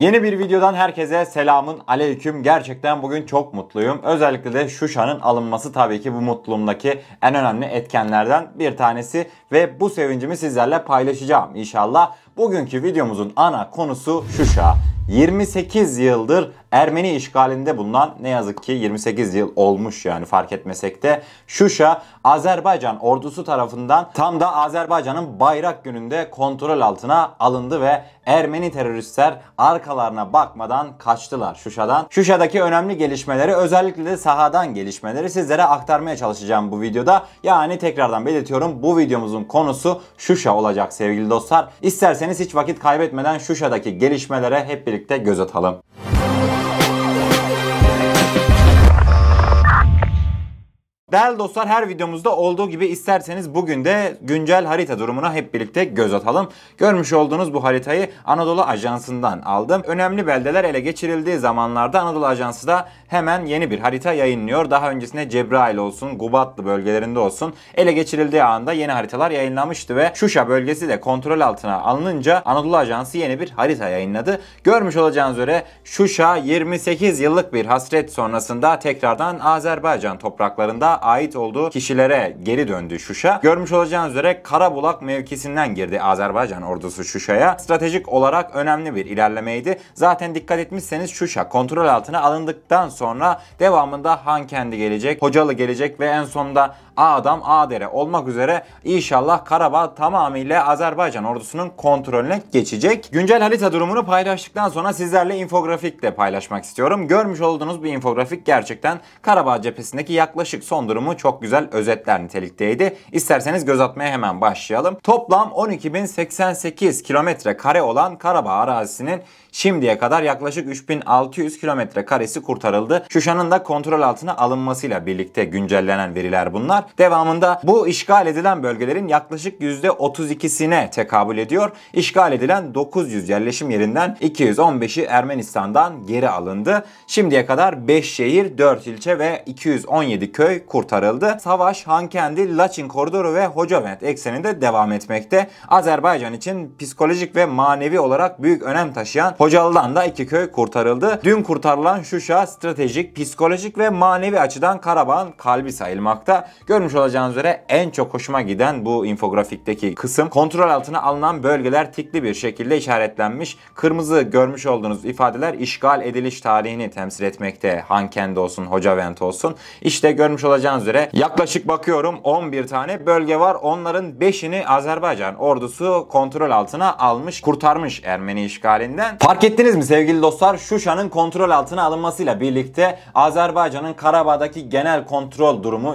Yeni bir videodan herkese selamun aleyküm. Gerçekten bugün çok mutluyum. Özellikle de Şuşa'nın alınması tabii ki bu mutluluğumdaki en önemli etkenlerden bir tanesi. Ve bu sevincimi sizlerle paylaşacağım inşallah. Bugünkü videomuzun ana konusu Şuşa. 28 yıldır Ermeni işgalinde bulunan, ne yazık ki 28 yıl olmuş yani fark etmesek de, Şuşa Azerbaycan ordusu tarafından tam da Azerbaycan'ın bayrak gününde kontrol altına alındı ve Ermeni teröristler arkalarına bakmadan kaçtılar Şuşa'dan. Şuşa'daki önemli gelişmeleri, özellikle de sahadan gelişmeleri sizlere aktarmaya çalışacağım bu videoda. Yani tekrardan belirtiyorum, bu videomuzun konusu Şuşa olacak sevgili dostlar. İsterseniz hiç vakit kaybetmeden Şuşa'daki gelişmelere hep birlikte göz atalım. Değerli dostlar, her videomuzda olduğu gibi isterseniz bugün de güncel harita durumuna hep birlikte göz atalım. Görmüş olduğunuz bu haritayı Anadolu Ajansı'ndan aldım. Önemli beldeler ele geçirildiği zamanlarda Anadolu Ajansı da hemen yeni bir harita yayınlıyor. Daha öncesinde Cebrail olsun, Gubatlı bölgelerinde olsun ele geçirildiği anda yeni haritalar yayınlamıştı ve Şuşa bölgesi de kontrol altına alınınca Anadolu Ajansı yeni bir harita yayınladı. Görmüş olacağınız üzere Şuşa 28 yıllık bir hasret sonrasında tekrardan Azerbaycan topraklarında ait olduğu kişilere geri döndü Şuşa. Görmüş olacağınız üzere Karabulak mevkisinden girdi Azerbaycan ordusu Şuşa'ya. Stratejik olarak önemli bir ilerlemeydi. Zaten dikkat etmişseniz Şuşa kontrol altına alındıktan sonra devamında Hankendi gelecek, Hocalı gelecek ve en sonunda Ağdam, Ağdere olmak üzere inşallah Karabağ tamamıyla Azerbaycan ordusunun kontrolüne geçecek. Güncel harita durumunu paylaştıktan sonra sizlerle infografikle paylaşmak istiyorum. Görmüş olduğunuz bu infografik gerçekten Karabağ cephesindeki yaklaşık son durumu çok güzel özetler nitelikteydi. İsterseniz göz atmaya hemen başlayalım. Toplam 12.088 kilometre kare olan Karabağ arazisinin şimdiye kadar yaklaşık 3600 kilometre karesi kurtarıldı. Şuşa'nın da kontrol altına alınmasıyla birlikte güncellenen veriler bunlar. Devamında bu işgal edilen bölgelerin yaklaşık %32'sine tekabül ediyor. İşgal edilen 900 yerleşim yerinden 215'i Ermenistan'dan geri alındı. Şimdiye kadar 5 şehir, 4 ilçe ve 217 köy kurtarıldı. Savaş Hankendi, Laçin koridoru ve Hocavent ekseninde devam etmekte. Azerbaycan için psikolojik ve manevi olarak büyük önem taşıyan Hocalı'dan da 2 köy kurtarıldı. Dün kurtarılan Şuşa stratejik, psikolojik ve manevi açıdan Karabağ'ın kalbi sayılmakta. Görmüş olacağınız üzere en çok hoşuma giden bu infografikteki kısım, kontrol altına alınan bölgeler tikli bir şekilde işaretlenmiş. Kırmızı görmüş olduğunuz ifadeler işgal ediliş tarihini temsil etmekte. Hankendi olsun, Hocavent olsun. İşte görmüş olacağınız üzere yaklaşık bakıyorum 11 tane bölge var. Onların 5'ini Azerbaycan ordusu kontrol altına almış, kurtarmış Ermeni işgalinden. Fark ettiniz mi sevgili dostlar? Şuşa'nın kontrol altına alınmasıyla birlikte Azerbaycan'ın Karabağ'daki genel kontrol durumu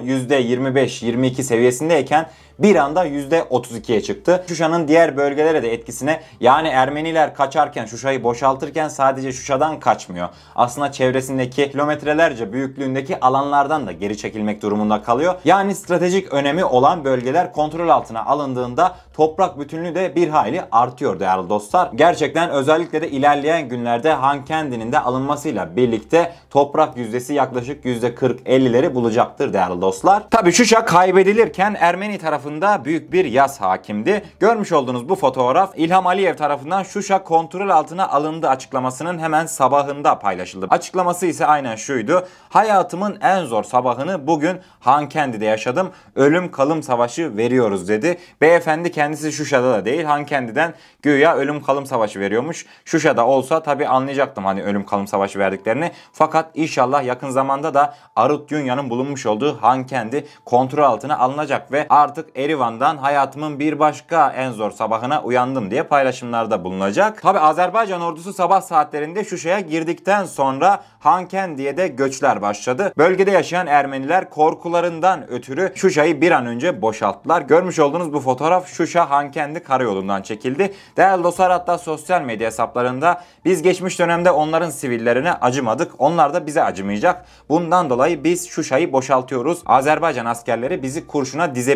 %25-22 seviyesindeyken bir anda %32'ye çıktı. Şuşa'nın diğer bölgelere de etkisine, yani Ermeniler kaçarken, Şuşa'yı boşaltırken sadece Şuşa'dan kaçmıyor. Aslında çevresindeki kilometrelerce büyüklüğündeki alanlardan da geri çekilmek durumunda kalıyor. Yani stratejik önemi olan bölgeler kontrol altına alındığında toprak bütünlüğü de bir hayli artıyor değerli dostlar. Gerçekten özellikle de ilerleyen günlerde Hankendi'nin de alınmasıyla birlikte toprak yüzdesi yaklaşık %40-50'leri bulacaktır değerli dostlar. Tabii Şuşa kaybedilirken Ermeni tarafında büyük bir yas hakimdi. Görmüş olduğunuz bu fotoğraf İlham Aliyev tarafından Şuşa kontrol altına alındı açıklamasının hemen sabahında paylaşıldı. Açıklaması ise aynen şuydu: hayatımın en zor sabahını bugün Hankendi'de yaşadım. Ölüm kalım savaşı veriyoruz dedi. Beyefendi kendisi Şuşa'da da değil, Hankendi'den güya ölüm kalım savaşı veriyormuş. Şuşa'da olsa tabii anlayacaktım hani ölüm kalım savaşı verdiklerini. Fakat inşallah yakın zamanda da Arut Günya'nın bulunmuş olduğu Hankendi kontrol altına alınacak ve artık Erivan'dan hayatımın bir başka en zor sabahına uyandım diye paylaşımlarda bulunacak. Tabi Azerbaycan ordusu sabah saatlerinde Şuşa'ya girdikten sonra Hankendi'ye de göçler başladı. Bölgede yaşayan Ermeniler korkularından ötürü Şuşa'yı bir an önce boşalttılar. Görmüş olduğunuz bu fotoğraf Şuşa Hankendi karayolundan çekildi. Değerli dostlar, hatta sosyal medya hesaplarında biz geçmiş dönemde onların sivillerine acımadık, onlar da bize acımayacak. Bundan dolayı biz Şuşa'yı boşaltıyoruz. Azerbaycan askerleri bizi kurşuna dizebilir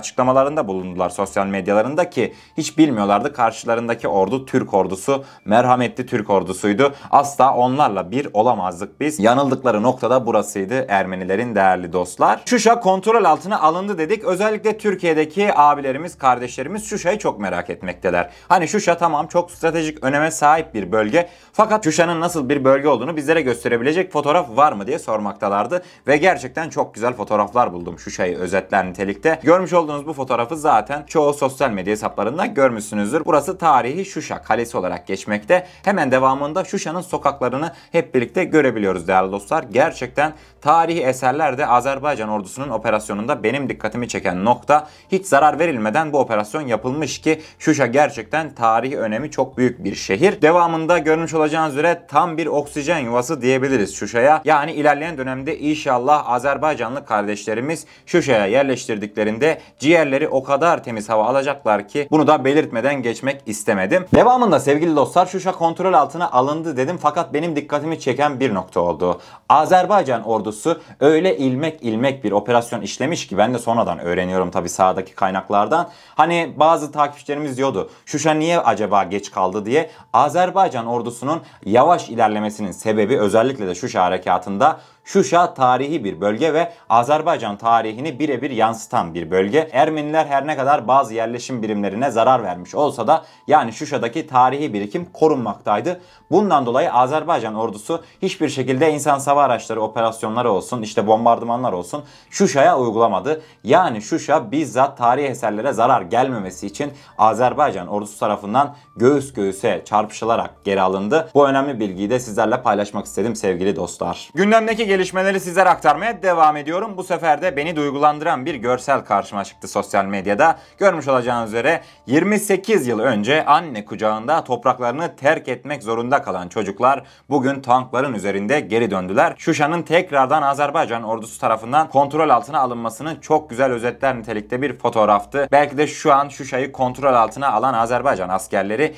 açıklamalarında bulundular sosyal medyalarında ki hiç bilmiyorlardı karşılarındaki ordu Türk ordusu, merhametli Türk ordusuydu. Asla onlarla bir olamazdık biz. Yanıldıkları noktada burasıydı Ermenilerin değerli dostlar. Şuşa kontrol altına alındı dedik. Özellikle Türkiye'deki abilerimiz, kardeşlerimiz Şuşa'yı çok merak etmekteler. Hani Şuşa tamam çok stratejik öneme sahip bir bölge. Fakat Şuşa'nın nasıl bir bölge olduğunu bizlere gösterebilecek fotoğraf var mı diye sormaktalardı. Ve gerçekten çok güzel fotoğraflar buldum Şuşa'yı özetler nitelikte. Görmüş olduğunuz bu fotoğrafı zaten çoğu sosyal medya hesaplarında görmüşsünüzdür. Burası tarihi Şuşa Kalesi olarak geçmekte. Hemen devamında Şuşa'nın sokaklarını hep birlikte görebiliyoruz değerli dostlar. Gerçekten tarihi eserlerde Azerbaycan ordusunun operasyonunda benim dikkatimi çeken nokta hiç zarar verilmeden bu operasyon yapılmış ki Şuşa gerçekten tarihi önemi çok büyük bir şehir. Devamında görmüş olacağınız üzere tam bir oksijen yuvası diyebiliriz Şuşa'ya. Yani ilerleyen dönemde inşallah Azerbaycanlı kardeşlerimiz Şuşa'ya yerleştirdiklerinde ciğerleri o kadar temiz hava alacaklar ki bunu da belirtmeden geçmek istemedim. Devamında sevgili dostlar Şuşa kontrol altına alındı dedim fakat benim dikkatimi çeken bir nokta oldu. Azerbaycan ordusu öyle ilmek bir operasyon işlemiş ki ben de sonradan öğreniyorum tabii sahadaki kaynaklardan. Hani bazı takipçilerimiz diyordu Şuşa niye acaba geç kaldı diye. Azerbaycan ordusunun yavaş ilerlemesinin sebebi özellikle de Şuşa harekatında Şuşa tarihi bir bölge ve Azerbaycan tarihini birebir yansıtan bir bölge. Ermeniler her ne kadar bazı yerleşim birimlerine zarar vermiş olsa da yani Şuşa'daki tarihi birikim korunmaktaydı. Bundan dolayı Azerbaycan ordusu hiçbir şekilde insan hava araçları operasyonları olsun, işte bombardımanlar olsun Şuşa'ya uygulamadı. Yani Şuşa bizzat tarihi eserlere zarar gelmemesi için Azerbaycan ordusu tarafından göğüs göğüse çarpışılarak geri alındı. Bu önemli bilgiyi de sizlerle paylaşmak istedim sevgili dostlar. Gündemdeki gelişmeleri sizlere aktarmaya devam ediyorum. Bu sefer de beni duygulandıran bir görsel karşıma çıktı sosyal medyada. Görmüş olacağınız üzere 28 yıl önce anne kucağında topraklarını terk etmek zorunda kalan çocuklar bugün tankların üzerinde geri döndüler. Şuşa'nın tekrardan Azerbaycan ordusu tarafından kontrol altına alınmasını çok güzel özetler nitelikte bir fotoğraftı. Belki de şu an Şuşa'yı kontrol altına alan Azerbaycan askerleri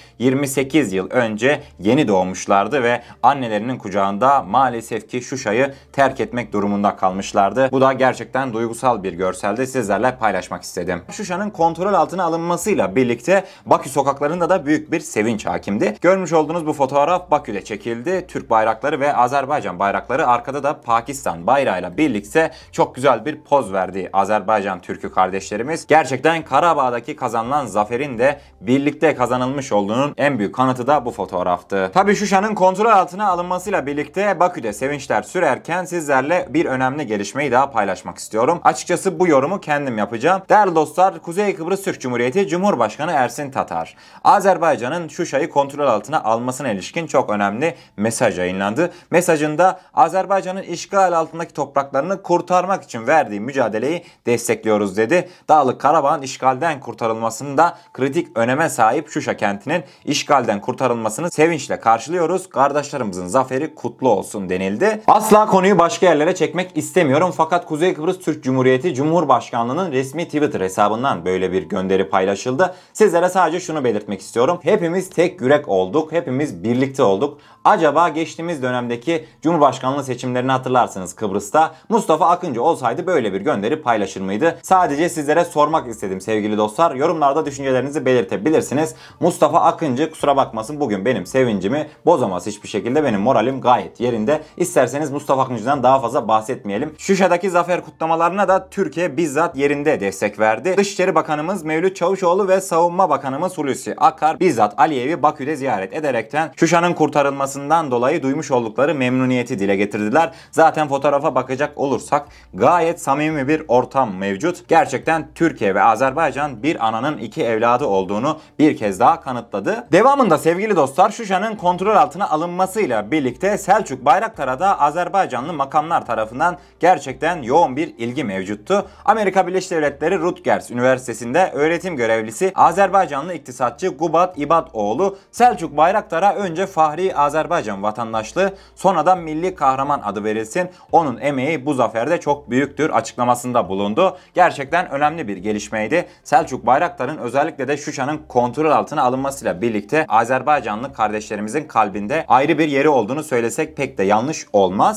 28 yıl önce yeni doğmuşlardı ve annelerinin kucağında maalesef ki Şuşa'yı terk etmek durumunda kalmışlardı. Bu da gerçekten duygusal bir görseldi. Sizlerle paylaşmak istedim. Şuşa'nın kontrol altına alınmasıyla birlikte Bakü sokaklarında da büyük bir sevinç hakimdi. Görmüş olduğunuz bu fotoğraf Bakü'de çekildi. Türk bayrakları ve Azerbaycan bayrakları, arkada da Pakistan bayrağıyla birlikte çok güzel bir poz verdi Azerbaycan Türk'ü kardeşlerimiz. Gerçekten Karabağ'daki kazanılan zaferin de birlikte kazanılmış olduğunun en büyük kanıtı da bu fotoğraftı. Tabii Şuşa'nın kontrol altına alınmasıyla birlikte Bakü'de sevinçler sürerken sizlerle bir önemli gelişmeyi daha paylaşmak istiyorum. Açıkçası bu yorumu kendim yapacağım. Değerli dostlar, Kuzey Kıbrıs Türk Cumhuriyeti Cumhurbaşkanı Ersin Tatar, Azerbaycan'ın Şuşa'yı kontrol altına almasına ilişkin çok önemli mesaj yayınlandı. Mesajında Azerbaycan'ın işgal altındaki topraklarını kurtarmak için verdiği mücadeleyi destekliyoruz dedi. Dağlık Karabağ'ın işgalden kurtarılmasını da kritik öneme sahip Şuşa kentinin işgalden kurtarılmasını sevinçle karşılıyoruz. Kardeşlerimizin zaferi kutlu olsun denildi. Asla konuyu başka yerlere çekmek istemiyorum fakat Kuzey Kıbrıs Türk Cumhuriyeti Cumhurbaşkanlığı'nın resmi Twitter hesabından böyle bir gönderi paylaşıldı. Sizlere sadece şunu belirtmek istiyorum. Hepimiz tek yürek olduk. Hepimiz birlikte olduk. Acaba geçtiğimiz dönemdeki Cumhurbaşkanlığı seçimlerini hatırlarsınız Kıbrıs'ta. Mustafa Akıncı olsaydı böyle bir gönderi paylaşır mıydı? Sadece sizlere sormak istedim sevgili dostlar. Yorumlarda düşüncelerinizi belirtebilirsiniz. Mustafa Akıncı kusura bakmasın bugün benim sevincimi bozamaz hiçbir şekilde. Benim moralim gayet yerinde. İsterseniz Mustafa Akıncı'dan daha fazla bahsetmeyelim. Şuşa'daki zafer kutlamalarına da Türkiye bizzat yerinde destek verdi. Dışişleri Bakanımız Mevlüt Çavuşoğlu ve Savunma Bakanımız Hulusi Akar bizzat Aliyev'i Bakü'de ziyaret ederekten Şuşa'nın kurtarılmasından dolayı duymuş oldukları memnuniyeti dile getirdiler. Zaten fotoğrafa bakacak olursak gayet samimi bir ortam mevcut. Gerçekten Türkiye ve Azerbaycan bir ananın iki evladı olduğunu bir kez daha kanıtladı. Devamında sevgili dostlar Şuşa'nın kontrol altına alınmasıyla birlikte Selçuk Bayraktar'a da Azerbaycanlı makamlar tarafından gerçekten yoğun bir ilgi mevcuttu. Amerika Birleşik Devletleri Rutgers Üniversitesi'nde öğretim görevlisi Azerbaycanlı iktisatçı Gubat İbadoğlu Selçuk Bayraktar'a önce Fahri Azerbaycan vatandaşlığı sonra da Milli Kahraman adı verilsin. Onun emeği bu zaferde çok büyüktür açıklamasında bulundu. Gerçekten önemli bir gelişmeydi. Selçuk Bayraktar'ın özellikle de Şuşa'nın kontrol altına alınmasıyla birlikte Azerbaycanlı kardeşlerimizin kalbinde ayrı bir yeri olduğunu söylesek pek de yanlış olmaz. Şimdi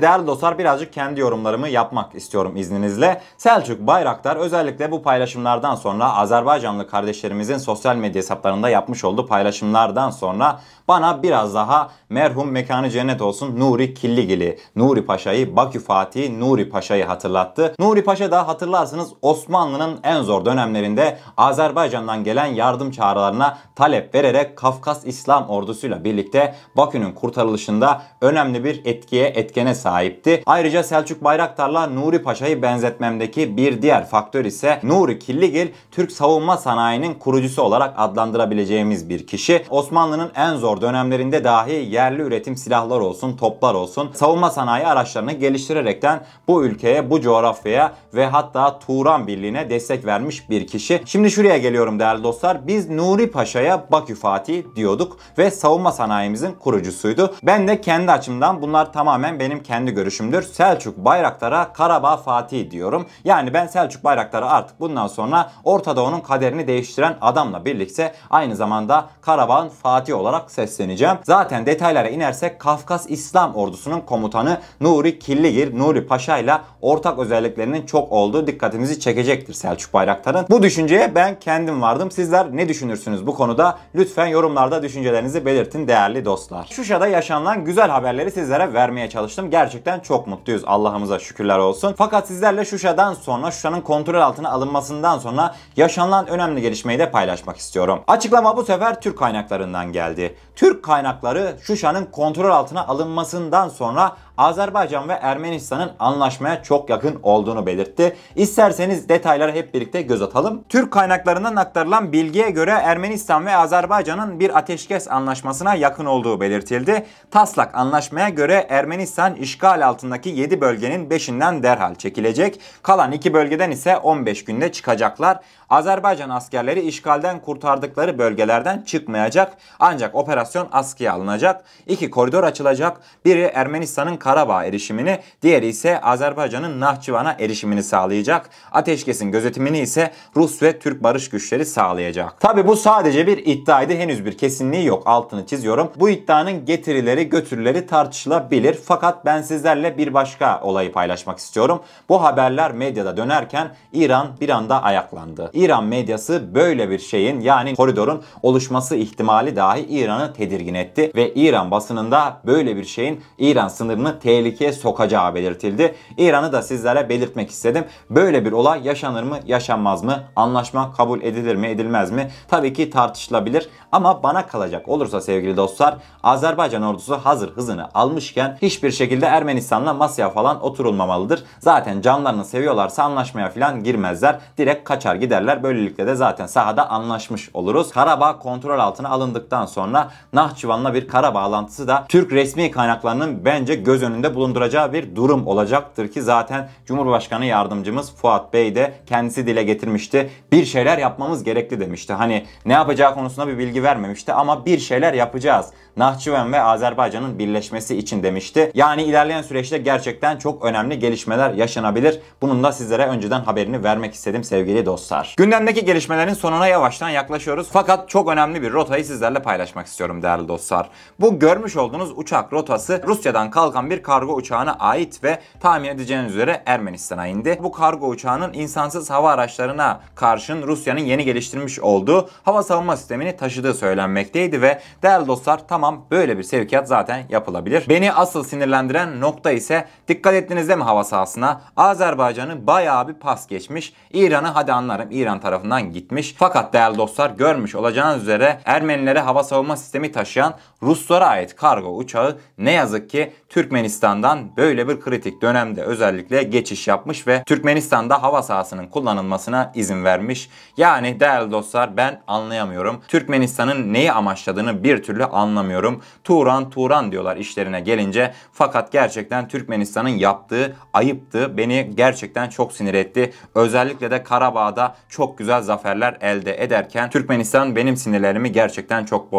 değerli dostlar birazcık kendi yorumlarımı yapmak istiyorum izninizle. Selçuk Bayraktar özellikle bu paylaşımlardan sonra, Azerbaycanlı kardeşlerimizin sosyal medya hesaplarında yapmış olduğu paylaşımlardan sonra bana biraz daha merhum mekanı cennet olsun Nuri Killigil'i, Nuri Paşa'yı, Bakü Fatih'i Nuri Paşa'yı hatırlattı. Nuri Paşa da hatırlarsınız Osmanlı'nın en zor dönemlerinde Azerbaycan'dan gelen yardım çağrılarına talep vererek Kafkas İslam ordusuyla birlikte Bakü'nün kurtarılışında önemli bir etkene sahipti. Ayrıca Selçuk Bayraktar'la Nuri Paşa'yı benzetmemdeki bir diğer faktör ise Nuri Killigil, Türk savunma sanayinin kurucusu olarak adlandırabileceğimiz bir kişi. Osmanlı'nın en zor dönemlerinde dahi yerli üretim silahlar olsun, toplar olsun, savunma sanayi araçlarını geliştirerekten bu ülkeye, bu coğrafyaya ve hatta Turan Birliği'ne destek vermiş bir kişi. Şimdi şuraya geliyorum değerli dostlar. Biz Nuri Paşa'ya Bakü Fatih diyorduk ve savunma sanayimizin kurucusuydu. Ben de kendi açımdan, bunlar tamamen benim kendi görüşümdür, Selçuk Bayraktar'a Karabağ Fatih diyorum. Yani ben Selçuk Bayraktar'a artık bundan sonra Orta Doğu'nun kaderini değiştiren adamla birlikte aynı zamanda Karabağ'ın Fatih olarak sesleneceğim. Zaten detaylara inersek Kafkas İslam ordusunun komutanı Nuri Killigil, Nuri Paşa ile ortak özelliklerinin çok olduğu dikkatimizi çekecektir Selçuk Bayraktar'ın. Bu düşünceye ben kendim vardım. Sizler ne düşünürsünüz bu konuda? Lütfen yorumlarda düşüncelerinizi belirtin değerli dostlar. Şuşa'da yaşanılan güzel haberleri sizlere vermeye çalıştım. Gerçekten çok mutluyuz. Allah'ımıza şükürler olsun. Fakat sizlerle Şuşa'dan sonra, Şuşa'nın kontrol altına alınmasından sonra yaşanılan önemli gelişmeyi de paylaşmak istiyorum. Açıklama bu sefer Türk kaynaklarından geldi. Türk kaynakları Şuşa'nın kontrol altına alınmasından sonra Azerbaycan ve Ermenistan'ın anlaşmaya çok yakın olduğunu belirtti. İsterseniz detaylara hep birlikte göz atalım. Türk kaynaklarından aktarılan bilgiye göre Ermenistan ve Azerbaycan'ın bir ateşkes anlaşmasına yakın olduğu belirtildi. Taslak anlaşmaya göre Ermenistan işgal altındaki 7 bölgenin 5'inden derhal çekilecek. Kalan 2 bölgeden ise 15 günde çıkacaklar. Azerbaycan askerleri işgalden kurtardıkları bölgelerden çıkmayacak. Ancak operasyon askıya alınacak. 2 koridor açılacak. Biri Ermenistan'ın Karabağ erişimini, diğeri ise Azerbaycan'ın Nahçıvan'a erişimini sağlayacak. Ateşkesin gözetimini ise Rus ve Türk barış güçleri sağlayacak. Tabi bu sadece bir iddiaydı. Henüz bir kesinliği yok. Altını çiziyorum. Bu iddianın getirileri, götürüleri tartışılabilir. Fakat ben sizlerle bir başka olayı paylaşmak istiyorum. Bu haberler medyada dönerken İran bir anda ayaklandı. İran medyası böyle bir şeyin, yani koridorun oluşması ihtimali dahi İran'ı tedirgin etti ve İran basınında böyle bir şeyin İran sınırını tehlikeye sokacağı belirtildi. İran'ı da sizlere belirtmek istedim. Böyle bir olay yaşanır mı, yaşanmaz mı? Anlaşma kabul edilir mi, edilmez mi? Tabii ki tartışılabilir ama bana kalacak olursa sevgili dostlar, Azerbaycan ordusu hazır hızını almışken hiçbir şekilde Ermenistan'la masaya falan oturulmamalıdır. Zaten canlarını seviyorlarsa anlaşmaya falan girmezler. Direkt kaçar giderler. Böylelikle de zaten sahada anlaşmış oluruz. Karabağ kontrol altına alındıktan sonra Nahçıvan'la bir kara bağlantısı da Türk resmi kaynaklarının bence göz önünde bulunduracağı bir durum olacaktır ki zaten Cumhurbaşkanı yardımcımız Fuat Bey de kendisi dile getirmişti. Bir şeyler yapmamız gerekli demişti. Hani ne yapacağı konusunda bir bilgi vermemişti ama bir şeyler yapacağız. Nahçıvan ve Azerbaycan'ın birleşmesi için demişti. Yani ilerleyen süreçte gerçekten çok önemli gelişmeler yaşanabilir. Bunun da sizlere önceden haberini vermek istedim sevgili dostlar. Gündemdeki gelişmelerin sonuna yavaştan yaklaşıyoruz. Fakat çok önemli bir rotayı sizlerle paylaşmak istiyorum değerli dostlar. Bu görmüş olduğunuz uçak rotası Rusya'dan kalkan bir kargo uçağına ait ve tahmin edeceğiniz üzere Ermenistan'a indi. Bu kargo uçağının insansız hava araçlarına karşın Rusya'nın yeni geliştirmiş olduğu hava savunma sistemini taşıdığı söylenmekteydi ve değerli dostlar tamam, böyle bir sevkiyat zaten yapılabilir. Beni asıl sinirlendiren nokta ise, dikkat ettiniz değil mi hava sahasına? Azerbaycan'ı bayağı bir pas geçmiş. İran'ı hadi anlarım, İran tarafından gitmiş. Fakat değerli dostlar görmüş olacağınız üzere Ermenilere hava savunma sistemi taşıyan Ruslara ait kargo uçağı ne yazık ki Türkmenistan'dan böyle bir kritik dönemde özellikle geçiş yapmış ve Türkmenistan'da hava sahasının kullanılmasına izin vermiş. Yani değerli dostlar ben anlayamıyorum. Türkmenistan'ın neyi amaçladığını bir türlü anlamıyorum. Turan diyorlar işlerine gelince. Fakat gerçekten Türkmenistan'ın yaptığı ayıptı. Beni gerçekten çok sinir etti. Özellikle de Karabağ'da çok güzel zaferler elde ederken Türkmenistan benim sinirlerimi gerçekten çok bozdu sevgili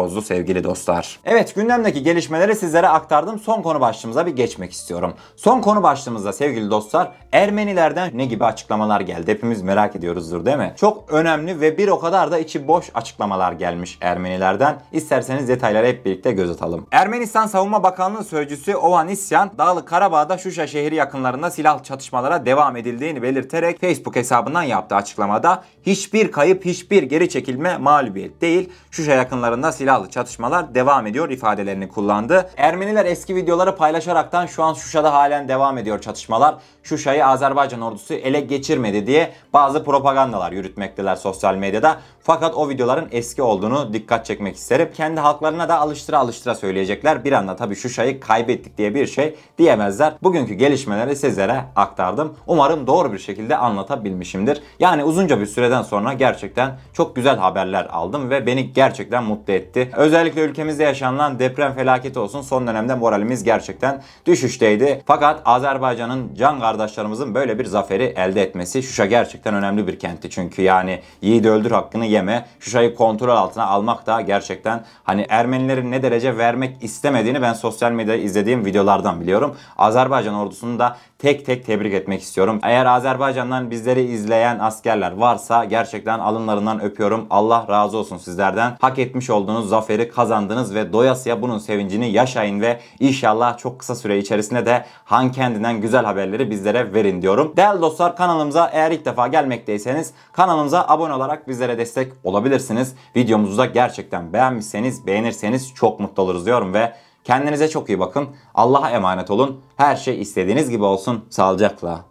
sevgili dostlar. Evet, gündemdeki gelişmeleri sizlere aktardım. Son konu başlığımıza bir geçmek istiyorum. Son konu başlığımızda sevgili dostlar, Ermenilerden ne gibi açıklamalar geldi? Hepimiz merak ediyoruzdur değil mi? Çok önemli ve bir o kadar da içi boş açıklamalar gelmiş Ermenilerden. İsterseniz detayları hep birlikte göz atalım. Ermenistan Savunma Bakanlığı Sözcüsü Ovanesyan, Dağlık Karabağ'da Şuşa şehri yakınlarında silahlı çatışmalara devam edildiğini belirterek Facebook hesabından yaptığı açıklamada hiçbir kayıp, hiçbir geri çekilme mağlubiyet değil, Şuşa yakınlarında silahlı çatışmalar devam ediyor ifadelerini kullandı. Ermeniler eski videoları paylaşaraktan şu an Şuşa'da halen devam ediyor çatışmalar, Şuşa'yı Azerbaycan ordusu ele geçirmedi diye bazı propagandalar yürütmekteler sosyal medyada. Fakat o videoların eski olduğunu dikkat çekmek isterim. Kendi halklarına da alıştıra söyleyecekler. Bir anda tabii Şuşa'yı kaybettik diye bir şey diyemezler. Bugünkü gelişmeleri sizlere aktardım. Umarım doğru bir şekilde anlatabilmişimdir. Yani uzunca bir süreden sonra gerçekten çok güzel haberler aldım ve beni gerçekten mutlu etti. Özellikle ülkemizde yaşanılan deprem felaketi olsun, son dönemde moralimiz gerçekten düşüşteydi. Fakat Azerbaycan'ın can kardeşlerimizin böyle bir zaferi elde etmesi, Şuşa gerçekten önemli bir kentti çünkü yani yiğidi öldür hakkını yeme, Şuşa'yı kontrol altına almak da gerçekten hani Ermenilerin ne derece vermek istemediğini ben sosyal medyada izlediğim videolardan biliyorum. Azerbaycan ordusunu da tek tek tebrik etmek istiyorum. Eğer Azerbaycan'dan bizleri izleyen askerler varsa gerçekten alınlarından öpüyorum. Allah razı olsun sizlerden. Hak etmiş olduğunuz zaferi kazandınız ve doyasıya bunun sevincini yaşayın ve inşallah çok kısa süre içerisinde de Han kendinden güzel haberleri bizlere verin diyorum. Değerli dostlar, kanalımıza eğer ilk defa gelmekteyseniz kanalımıza abone olarak bizlere destek olabilirsiniz. Videomuzu da gerçekten beğenmişseniz, beğenirseniz çok mutlu oluruz diyorum ve kendinize çok iyi bakın. Allah'a emanet olun. Her şey istediğiniz gibi olsun. Sağlıcakla.